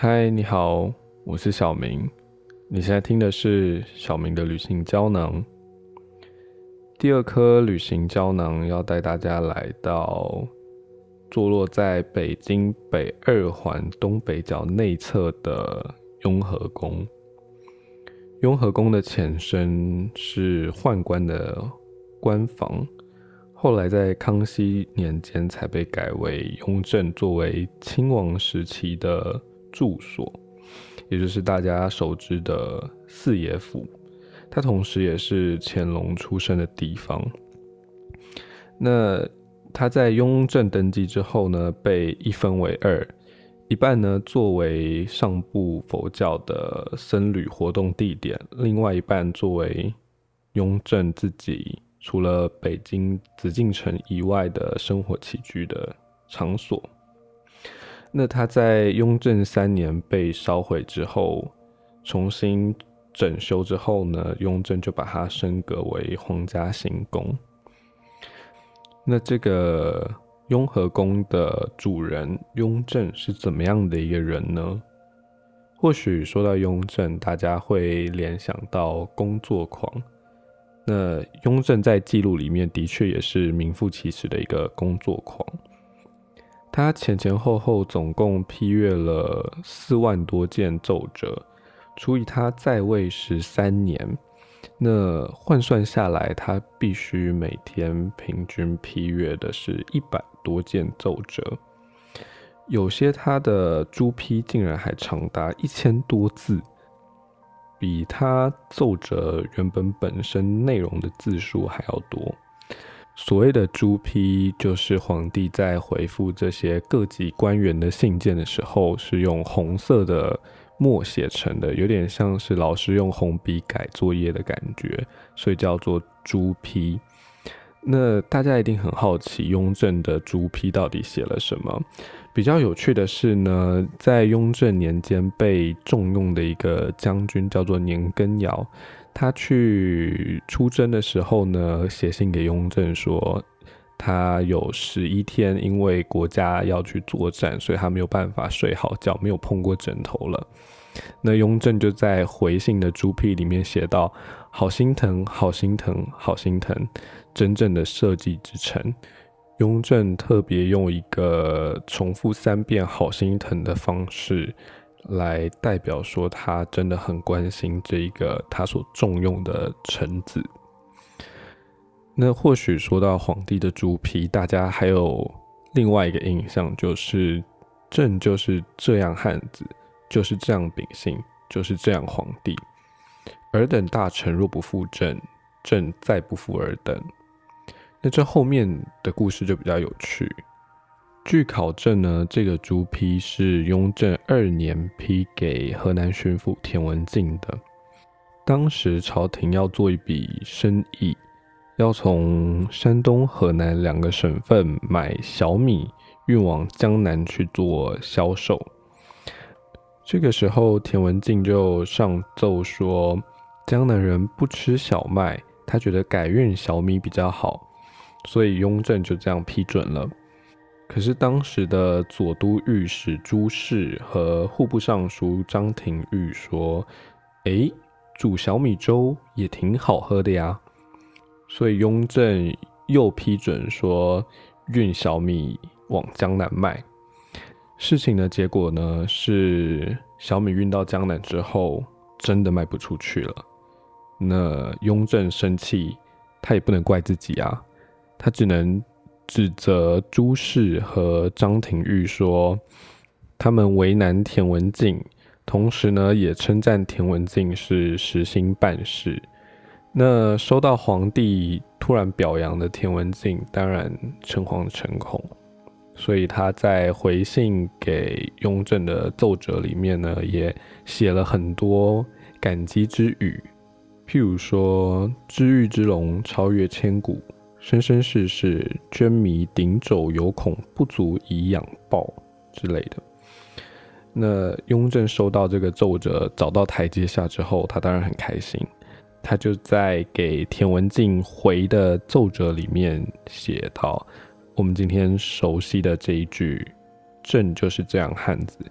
嗨，你好，我是小明。你现在听的是小明的旅行胶囊。第二颗旅行胶囊要带大家来到坐落在北京北二环东北角内侧的雍和宫。雍和宫的前身是宦官的官房，后来在康熙年间才被改为雍正作为亲王时期的住所，也就是大家熟知的四爷府。它同时也是乾隆出生的地方。那他在雍正登基之后呢，被一分为二，一半呢作为上部佛教的僧侣活动地点，另外一半作为雍正自己除了北京紫禁城以外的生活起居的场所。那他在雍正3年被烧毁之后，重新整修之后呢，雍正就把它升格为皇家行宫。那这个雍和宫的主人雍正是怎么样的一个人呢？或许说到雍正，大家会联想到工作狂。那雍正在记录里面的确也是名副其实的一个工作狂。他前后后总共批阅了4万多件奏折，除以他在位13年，那换算下来，他必须每天平均批阅的是100多件奏折，有些他的朱批竟然还长达1000多字，比他奏折原本身内容的字数还要多。所谓的朱批，就是皇帝在回复这些各级官员的信件的时候，是用红色的墨写成的，有点像是老师用红笔改作业的感觉，所以叫做朱批。那大家一定很好奇，雍正的朱批到底写了什么？比较有趣的是呢，在雍正年间被重用的一个将军叫做年羹尧，他去出征的时候呢，写信给雍正说，他有11天因为国家要去作战，所以他没有办法睡好觉，没有碰过枕头了。那雍正就在回信的朱批里面写道：好心疼，好心疼，好心疼，真正的社稷之臣。雍正特别用一个重复3遍好心疼的方式来代表说他真的很关心这一个他所重用的臣子。那或许说到皇帝的朱批，大家还有另外一个印象，就是朕就是这样汉子，就是这样秉性，就是这样皇帝。尔等大臣若不负朕，朕再不负尔等。那这后面的故事就比较有趣。据考证呢，这个朱批是雍正2年批给河南巡抚田文镜的。当时朝廷要做一笔生意，要从山东、河南2个省份买小米运往江南去做销售。这个时候田文镜就上奏说，江南人不吃小麦，他觉得改运小米比较好，所以雍正就这样批准了。可是当时的左都御史朱氏和户部尚书张廷玉说，煮小米粥也挺好喝的呀。所以雍正又批准说运小米往江南卖。事情的结果呢，是小米运到江南之后真的卖不出去了。那雍正生气，他也不能怪自己啊，他只能指责朱氏和张廷玉说，他们为难田文镜，同时呢也称赞田文镜是实心办事。那收到皇帝突然表扬的田文镜，当然诚惶诚恐，所以他在回信给雍正的奏折里面呢，也写了很多感激之语，譬如说知遇之龙超越千古，生生世世涓迷鼎肘犹恐不足以养报之类的。那雍正收到这个奏折找到台阶下之后，他当然很开心，他就在给田文镜回的奏折里面写到我们今天熟悉的这一句，朕就是这样汉子，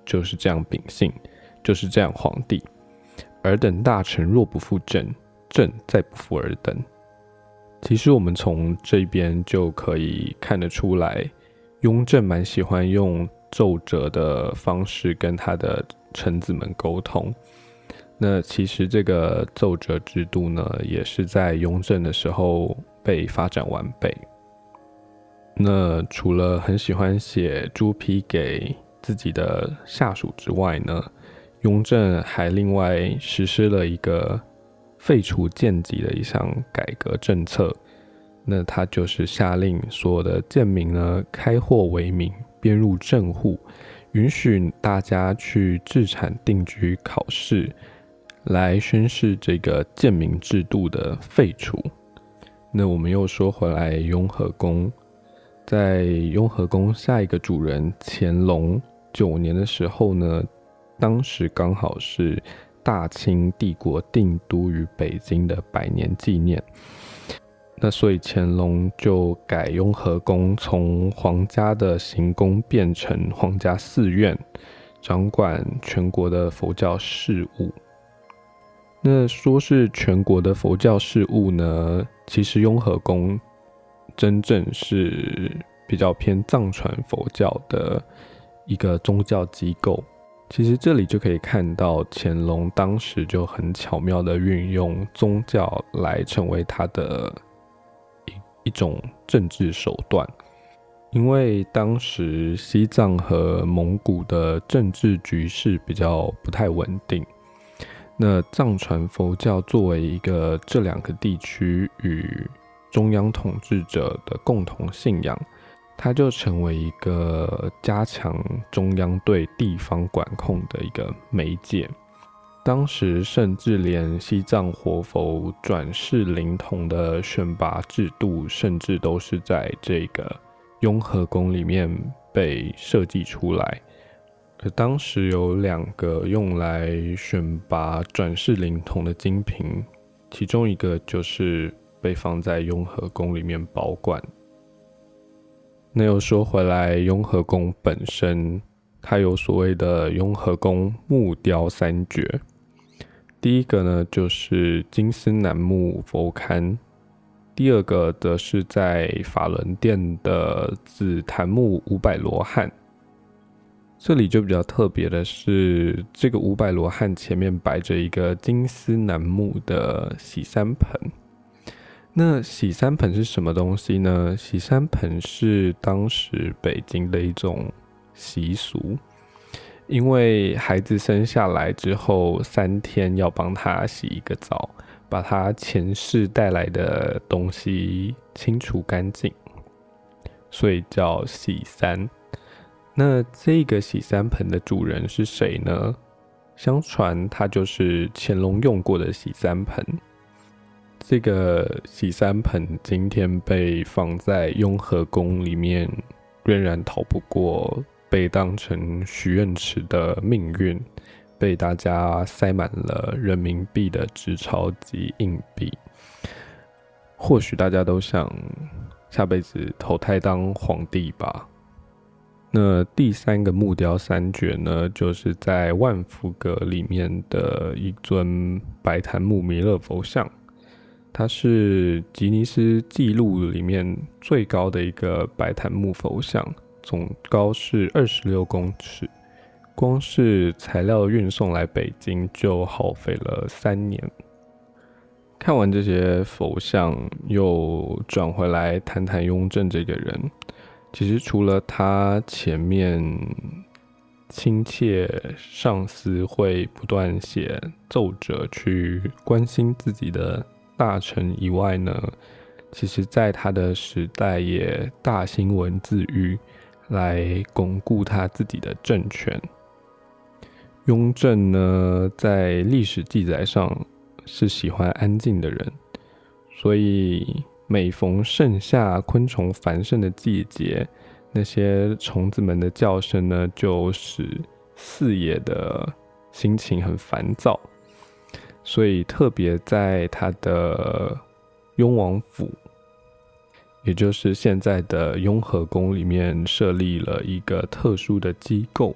就是这样秉性，就是这样皇帝。尔等大臣若不负朕，朕再不负尔等。其实我们从这边就可以看得出来，雍正蛮喜欢用奏折的方式跟他的臣子们沟通。那其实这个奏折制度呢，也是在雍正的时候被发展完备。那除了很喜欢写朱批给自己的下属之外呢，雍正还另外实施了一个废除贱籍的一项改革政策。那他就是下令所有的贱民呢，开货为民，编入正户，允许大家去置产定居考试，来宣示这个贱民制度的废除。那我们又说回来，雍和宫在雍和宫下一个主人乾隆9年的时候呢，当时刚好是大清帝国定都于北京的100年纪念。那所以乾隆就改雍和宫从皇家的行宫变成皇家寺院，掌管全国的佛教事务。那说是全国的佛教事务呢，其实雍和宫真正是比较偏藏传佛教的一个宗教机构。其实这里就可以看到乾隆当时就很巧妙的运用宗教来成为他的一种政治手段。因为当时西藏和蒙古的政治局势比较不太稳定，那藏传佛教作为一个这2个地区与中央统治者的共同信仰，它就成为一个加强中央对地方管控的一个媒介。当时甚至连西藏活佛转世灵童的选拔制度，甚至都是在这个雍和宫里面被设计出来。而当时有2个用来选拔转世灵童的金瓶，其中一个就是被放在雍和宫里面保管。那又说回来，雍和宫本身它有所谓的雍和宫木雕3绝。第一个呢就是金丝楠木佛龛，第二个则是在法轮殿的紫檀木500罗汉。这里就比较特别的是，这个500罗汉前面摆着一个金丝楠木的洗三盆。那洗三盆是什么东西呢？洗三盆是当时北京的一种习俗，因为孩子生下来之后3天要帮他洗一个澡，把他前世带来的东西清除干净，所以叫洗三。那这个洗三盆的主人是谁呢？相传他就是乾隆用过的洗三盆。这个洗三盆今天被放在雍和宫里面，仍然逃不过被当成许愿池的命运，被大家塞满了人民币的纸钞及硬币。或许大家都想下辈子投胎当皇帝吧。那第3个木雕3绝呢，就是在万福阁里面的一尊白檀木弥勒佛像，它是吉尼斯纪录里面最高的一个白檀木佛像，总高是26公尺，光是材料运送来北京就耗费了3年。看完这些佛像，又转回来谈谈雍正这个人。其实除了他前面亲切上司会不断写奏折去关心自己的大臣以外呢，其实在他的时代也大兴文字狱，来巩固他自己的政权。雍正呢，在历史记载上是喜欢安静的人，所以每逢盛夏昆虫繁盛的季节，那些虫子们的叫声呢，就使四野的心情很烦躁，所以特别在他的雍王府，也就是现在的雍和宫里面设立了一个特殊的机构，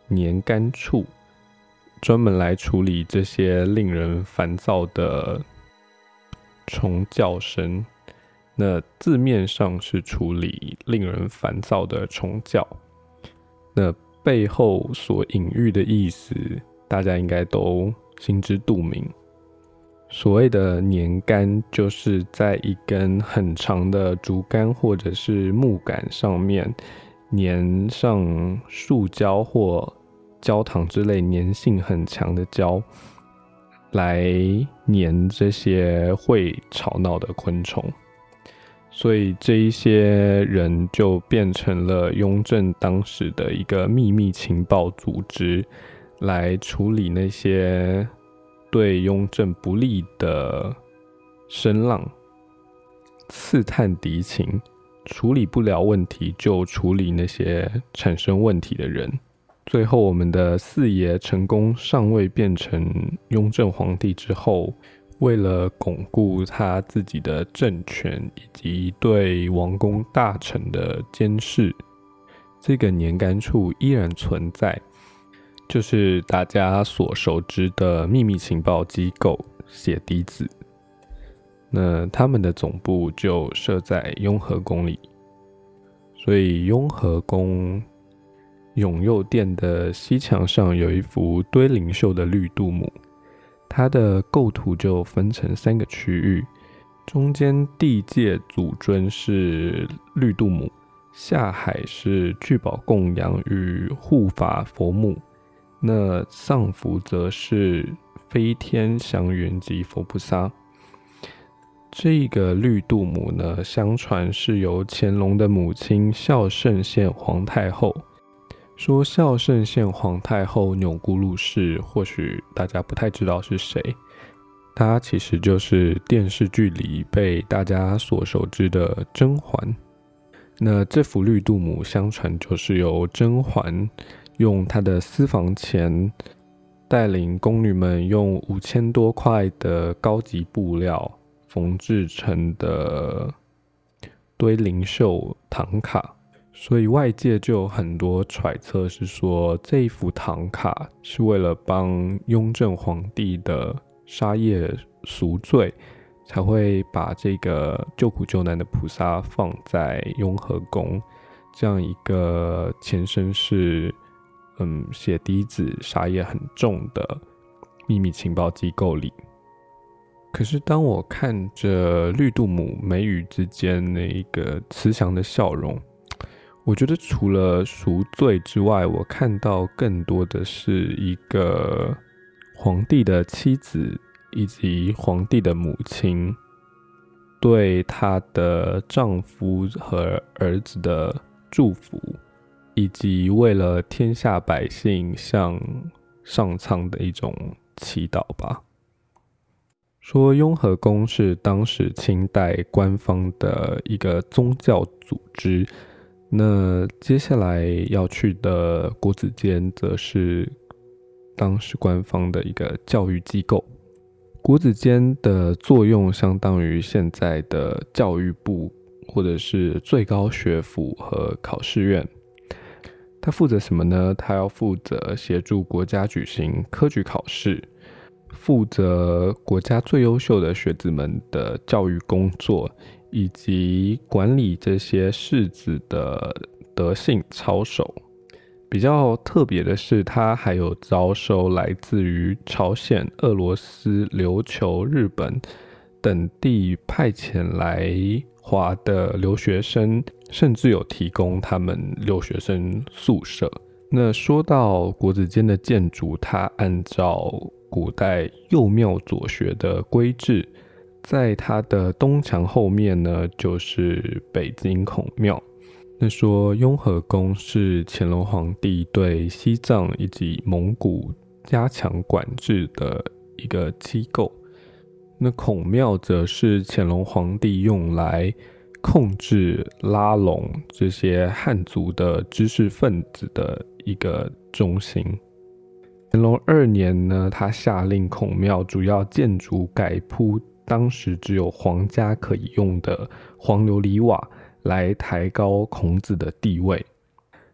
年干处，专门来处理这些令人烦躁的虫叫声。那字面上是处理令人烦躁的虫叫，那背后所隐喻的意思，大家应该都心知肚明。所谓的年干，就是在一根很长的竹竿或者是木杆上面粘上树胶或焦糖之类粘性很强的胶，来粘这些会吵闹的昆虫。所以这一些人就变成了雍正当时的一个秘密情报组织，来处理那些对雍正不利的声浪，刺探敌情，处理不了问题就处理那些产生问题的人。最后我们的四爷成功上位变成雍正皇帝之后，为了巩固他自己的政权以及对王公大臣的监视，这个年干处依然存在，就是大家所熟知的秘密情报机构血滴子。那他们的总部就设在雍和宫里，所以雍和宫永佑殿的西墙上有一幅堆灵秀的绿度母，它的构图就分成3个区域，中间地界祖尊是绿度母，下海是聚宝供养与护法佛母，那上浮则是飞天祥云及佛菩萨。这个绿度母呢，相传是由乾隆的母亲孝圣宪皇太后。说孝圣宪皇太后钮钴禄氏，或许大家不太知道是谁，她其实就是电视剧里被大家所熟知的甄嬛。那这幅绿度母相传就是由甄嬛用她的私房钱带领宫女们用5000多块的高级布料缝制成的堆灵秀唐卡，所以外界就有很多揣测是说，这一幅唐卡是为了帮雍正皇帝的杀业赎罪，才会把这个救苦救难的菩萨放在雍和宫这样一个前身是血滴子杀业很重的秘密情报机构里。可是当我看着绿度母眉宇之间那一个慈祥的笑容，我觉得除了赎罪之外，我看到更多的是一个皇帝的妻子以及皇帝的母亲对她的丈夫和儿子的祝福，以及为了天下百姓向上苍的一种祈祷吧。说雍和宫是当时清代官方的一个宗教组织，那接下来要去的国子监则是当时官方的一个教育机构。国子监的作用相当于现在的教育部或者是最高学府和考试院。它负责什么呢？它要负责协助国家举行科举考试，负责国家最优秀的学子们的教育工作，以及管理这些士子的德性操守。比较特别的是，它还有招收来自于朝鲜、俄罗斯、琉球、日本等地派遣来华的留学生，甚至有提供他们留学生宿舍。那说到国子监的建筑，它按照古代右庙左学的规制，在它的东墙后面呢，就是北京孔庙。那说雍和宫是乾隆皇帝对西藏以及蒙古加强管制的一个机构，那孔庙则是乾隆皇帝用来控制拉拢这些汉族的知识分子的一个中心。乾隆2年呢，他下令孔庙主要建筑改铺当时只有皇家可以用的黄琉璃瓦，来抬高孔子的地位。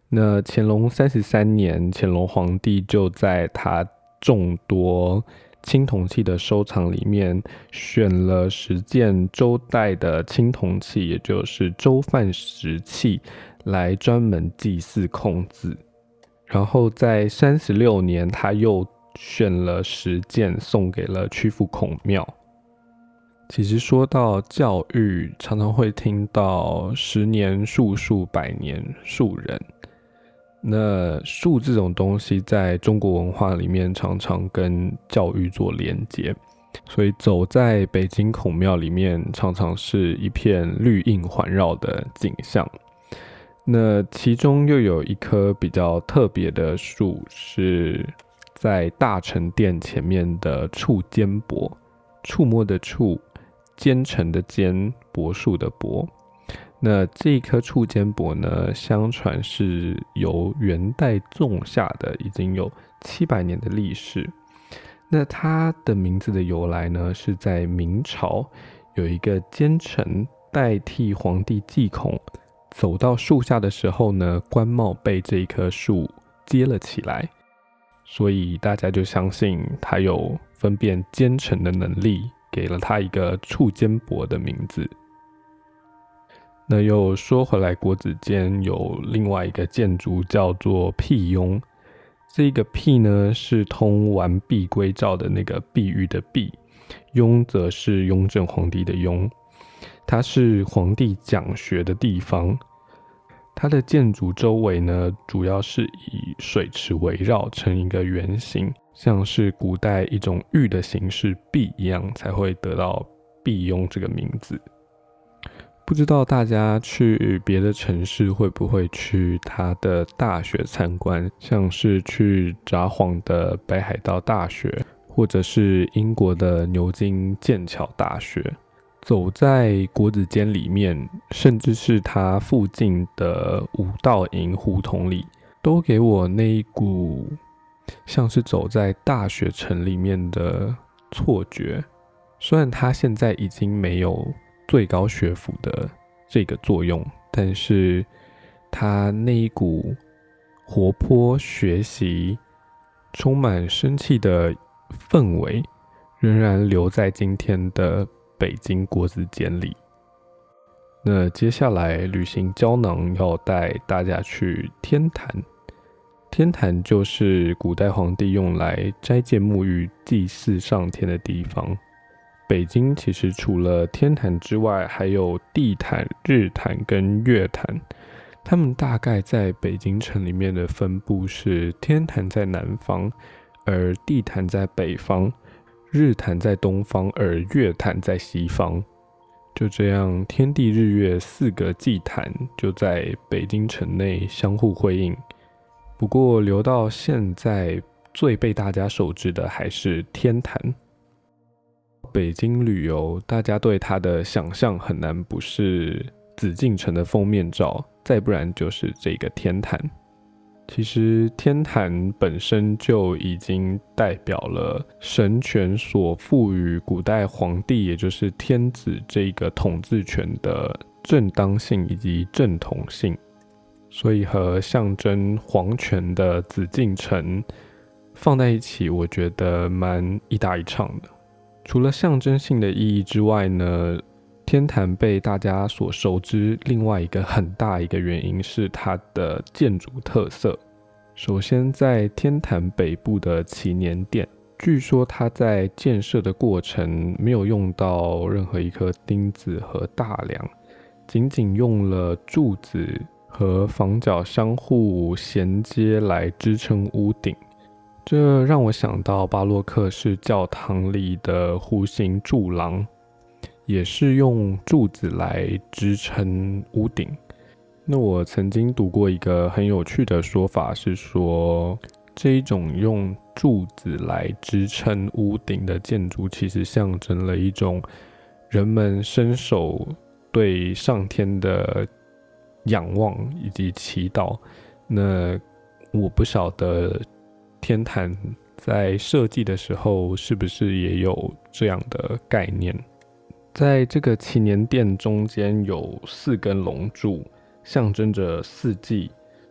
那乾隆33年，乾隆皇帝就在他众多青铜器的收藏里面选了10件周代的青铜器，也就是周范石器，来专门祭祀孔子。然后在36年，他又选了10件送给了曲阜孔庙。其实说到教育，常常会听到10年树树，百年树人。那树这种东西在中国文化里面常常跟教育做连结，所以走在北京孔庙里面常常是一片绿荫环绕的景象。那其中又有一棵比较特别的树，是在大成殿前面的触坚柏，触摸的触，奸臣的奸，柏树的柏。那这一棵触坚柏呢，相传是由元代种下的，已经有700年的历史。那它的名字的由来呢，是在明朝有一个奸臣代替皇帝祭孔，走到树下的时候呢，官帽被这一棵树接了起来，所以大家就相信他有分辨奸臣的能力，给了他一个触坚柏的名字。那又说回来，国子监有另外一个建筑叫做辟雍，这个辟呢是通完璧归赵的那个碧玉的碧，雍则是雍正皇帝的雍，它是皇帝讲学的地方。它的建筑周围呢，主要是以水池围绕成一个圆形，像是古代一种玉的形式璧一样，才会得到辟雍这个名字。不知道大家去别的城市会不会去他的大学参观，像是去札幌的北海道大学，或者是英国的牛津剑桥大学。走在国子监里面，甚至是它附近的武道营胡同里，都给我那一股像是走在大学城里面的错觉。虽然它现在已经没有最高学府的这个作用，但是它那一股活泼学习充满生气的氛围仍然留在今天的北京国子监里。那接下来旅行胶囊要带大家去天坛。天坛就是古代皇帝用来斋戒沐浴祭祀上天的地方。北京其实除了天坛之外，还有地坛、日坛跟月坛。他们大概在北京城里面的分布是：天坛在南方，而地坛在北方；日坛在东方，而月坛在西方。就这样，天地日月4个祭坛就在北京城内相互辉映。不过留到现在，最被大家熟知的还是天坛。北京旅游，大家对它的想象很难不是紫禁城的封面照，再不然就是这个天坛。其实天坛本身就已经代表了神权所赋予古代皇帝，也就是天子这个统治权的正当性以及正统性，所以和象征皇权的紫禁城放在一起，我觉得蛮一搭一唱的。除了象征性的意义之外呢，天坛被大家所熟知另外一个很大一个原因是它的建筑特色。首先在天坛北部的祈年殿，据说它在建设的过程没有用到任何一颗钉子和大梁，仅仅用了柱子和房角相互衔接来支撑屋顶。这让我想到巴洛克式教堂里的弧形柱廊，也是用柱子来支撑屋顶。那我曾经读过一个很有趣的说法，是说这一种用柱子来支撑屋顶的建筑，其实象征了一种人们伸手对上天的仰望以及祈祷。那我不晓得天坛在设计的时候是不是也有这样的概念。在这个祈年殿中间有4根龙柱，象征着4季，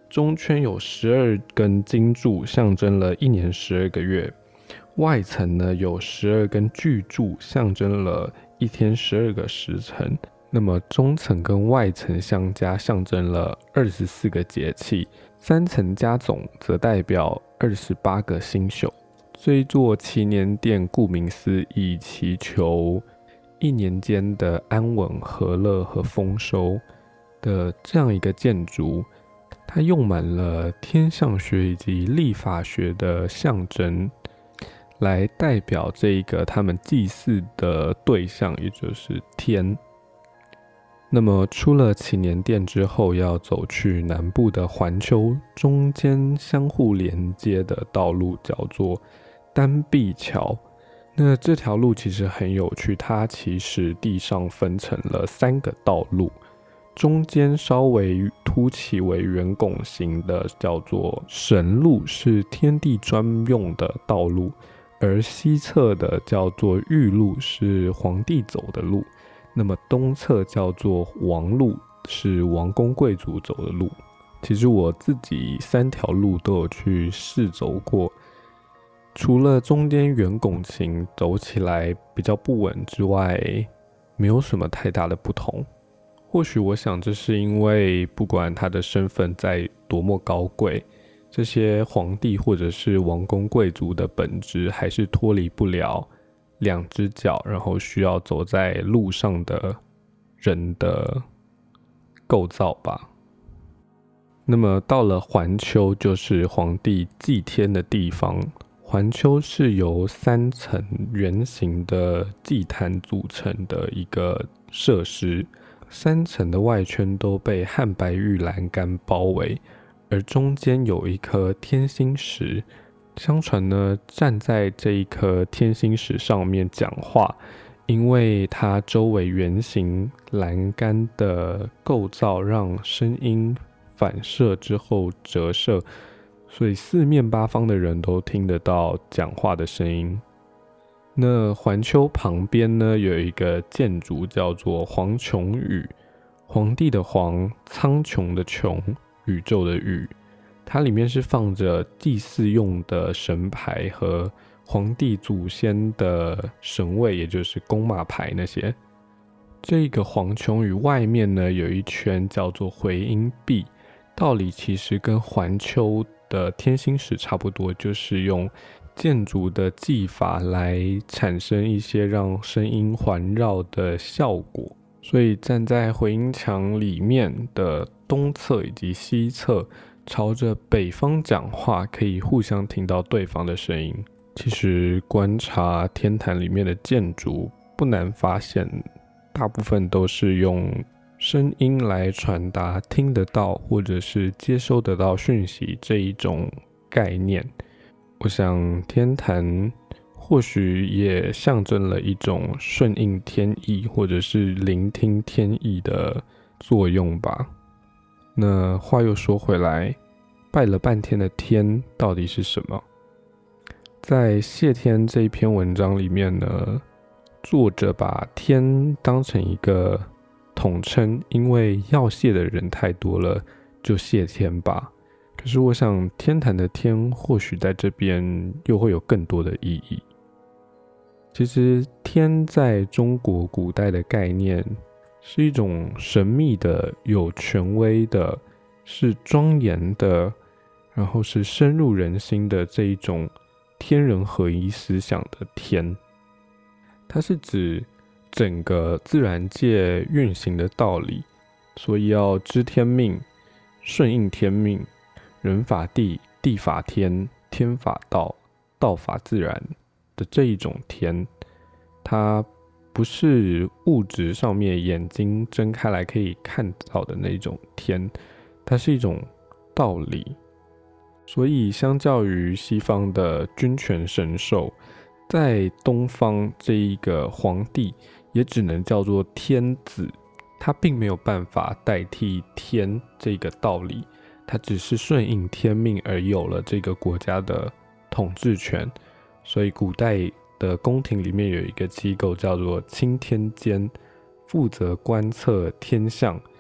中圈有12根金柱，象征了1年12个月；外层呢有12根巨柱，象征了1天12个时辰。那么中层跟外层相加，象征了24个节气；3层加总则代表28个星宿。这一座祈年殿，顾名思义，祈求1年间的安稳、和乐和丰收的这样一个建筑，它用满了天象学以及历法学的象征，来代表这一个他们祭祀的对象，也就是天。那么出了祈年殿之后，要走去南部的环丘，中间相互连接的道路叫做丹壁桥。那这条路其实很有趣，它其实地上分成了3个道路，中间稍微凸起为圆拱形的叫做神路，是天地专用的道路，而西侧的叫做玉路，是皇帝走的路。那么东侧叫做王路，是王公贵族走的路。其实我自己3条路都有去试走过，除了中间圆拱形走起来比较不稳之外，没有什么太大的不同。或许我想这是因为不管他的身份在多么高贵，这些皇帝或者是王公贵族的本质还是脱离不了2只脚，然后需要走在路上的人的构造吧。那么到了环丘，就是皇帝祭天的地方。环丘是由3层圆形的祭坛组成的一个设施，3层的外圈都被汉白玉栏杆包围，而中间有一颗天心石。相传呢，站在这一颗天心石上面讲话，因为它周围圆形栏杆的构造让声音反射之后折射，所以4面8方的人都听得到讲话的声音。那环丘旁边呢，有一个建筑叫做黄穹宇，皇帝的皇，苍穹的穹，宇宙的宇。它里面是放着祭祀用的神牌和皇帝祖先的神位，也就是公马牌那些。这个黄穹宇外面呢，有一圈叫做回音壁，道理其实跟环丘的天心石差不多，就是用建筑的技法来产生一些让声音环绕的效果。所以站在回音墙里面的东侧以及西侧，朝着北方讲话，可以互相听到对方的声音。其实观察天坛里面的建筑，不难发现，大部分都是用声音来传达听得到或者是接收得到讯息这一种概念。我想天坛或许也象征了一种顺应天意或者是聆听天意的作用吧。那话又说回来，拜了半天的天到底是什么？在谢天这一篇文章里面呢，作者把天当成一个统称，因为要谢的人太多了，就谢天吧。可是我想天坛的天或许在这边又会有更多的意义。其实天在中国古代的概念是一种神秘的、有权威的、是庄严的，然后是深入人心的这一种天人合一思想的天。它是指整个自然界运行的道理，所以要知天命，顺应天命，人法地，地法天，天法道，道法自然的这一种天。它不是物质上面眼睛睁开来可以看到的那种天，它是一种道理。所以相较于西方的君权神授，在东方这一个皇帝也只能叫做天子，他并没有办法代替天这个道理，他只是顺应天命而有了这个国家的统治权。所以古代的宫廷里面有一个机构叫做钦天监，负责观测天象，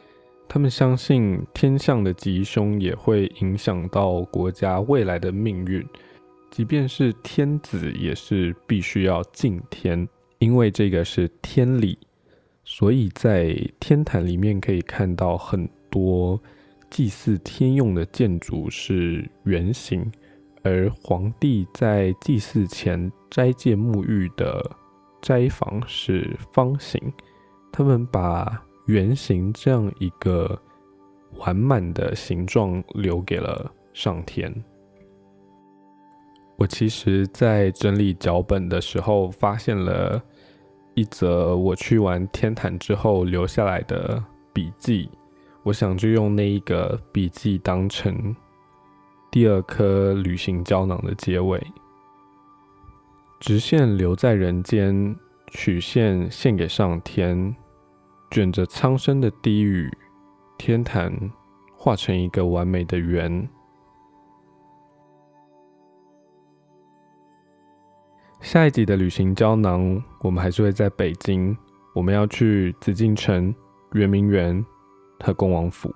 他们相信天象的吉凶也会影响到国家未来的命运，即便是天子也是必须要敬天，因为这个是天理。所以在天坛里面可以看到很多祭祀天用的建筑是圆形，而皇帝在祭祀前斋戒沐浴的斋房是方形。他们把圆形这样一个完满的形状留给了上天。我其实在整理脚本的时候发现了一则我去完天坛之后留下来的笔记，我想就用那一个笔记当成第二颗旅行胶囊的结尾。直线留在人间，曲线献给上天，卷着苍生的低语，天坛画成一个完美的圆。下一集的旅行胶囊，我们还是会在北京，我们要去紫禁城、圆明园和恭王府。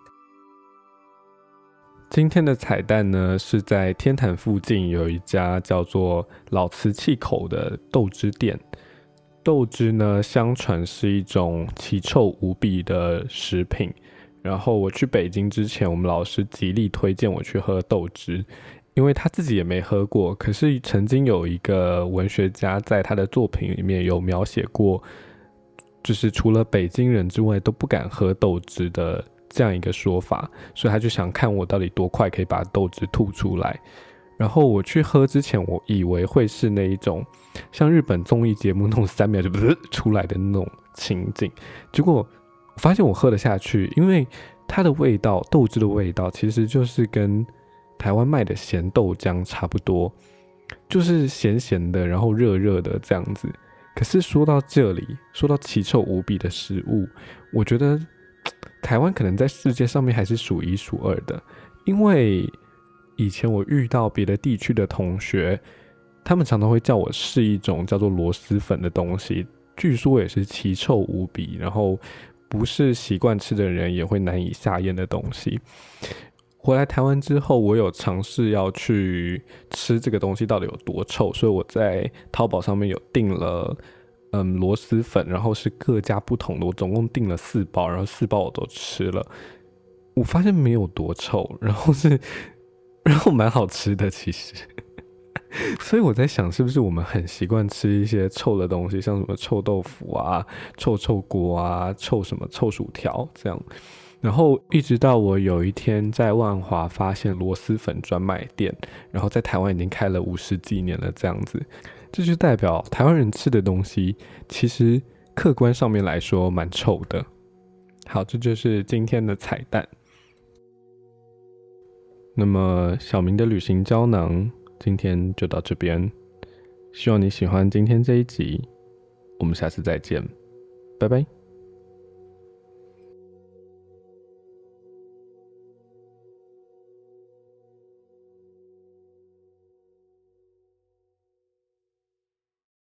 今天的彩蛋呢，是在天坛附近有一家叫做老瓷器口的豆汁店。豆汁呢，相传是一种奇臭无比的食品。然后我去北京之前，我们老师极力推荐我去喝豆汁，因为他自己也没喝过。可是曾经有一个文学家在他的作品里面有描写过，就是除了北京人之外都不敢喝豆汁的这样一个说法，所以他就想看我到底多快可以把豆汁吐出来。然后我去喝之前，我以为会是那一种像日本综艺节目那种3秒就出来的那种情景，结果我发现我喝得下去，因为它的味道，豆汁的味道其实就是跟台湾卖的咸豆浆差不多，就是咸咸的，然后热热的这样子。可是说到这里，说到奇臭无比的食物，我觉得台湾可能在世界上面还是数1数2的，因为以前我遇到别的地区的同学，他们常常会叫我试一种叫做螺蛳粉的东西，据说也是奇臭无比，然后不是习惯吃的人也会难以下咽的东西。回来台湾之后，我有尝试要去吃这个东西到底有多臭，所以我在淘宝上面有订了螺蛳粉，然后是各家不同的，我总共订了4包，然后4包我都吃了，我发现没有多臭，然后蛮好吃的其实。所以我在想，是不是我们很习惯吃一些臭的东西，像什么臭豆腐啊、臭锅啊、臭什么臭薯条这样。然后一直到我有一天在万华发现螺蛳粉专卖店，然后在台湾已经开了50几年了这样子，这就代表台湾人吃的东西其实客观上面来说蛮臭的。好，这就是今天的彩蛋。那么小明的旅行胶囊今天就到这边，希望你喜欢今天这一集，我们下次再见，拜拜。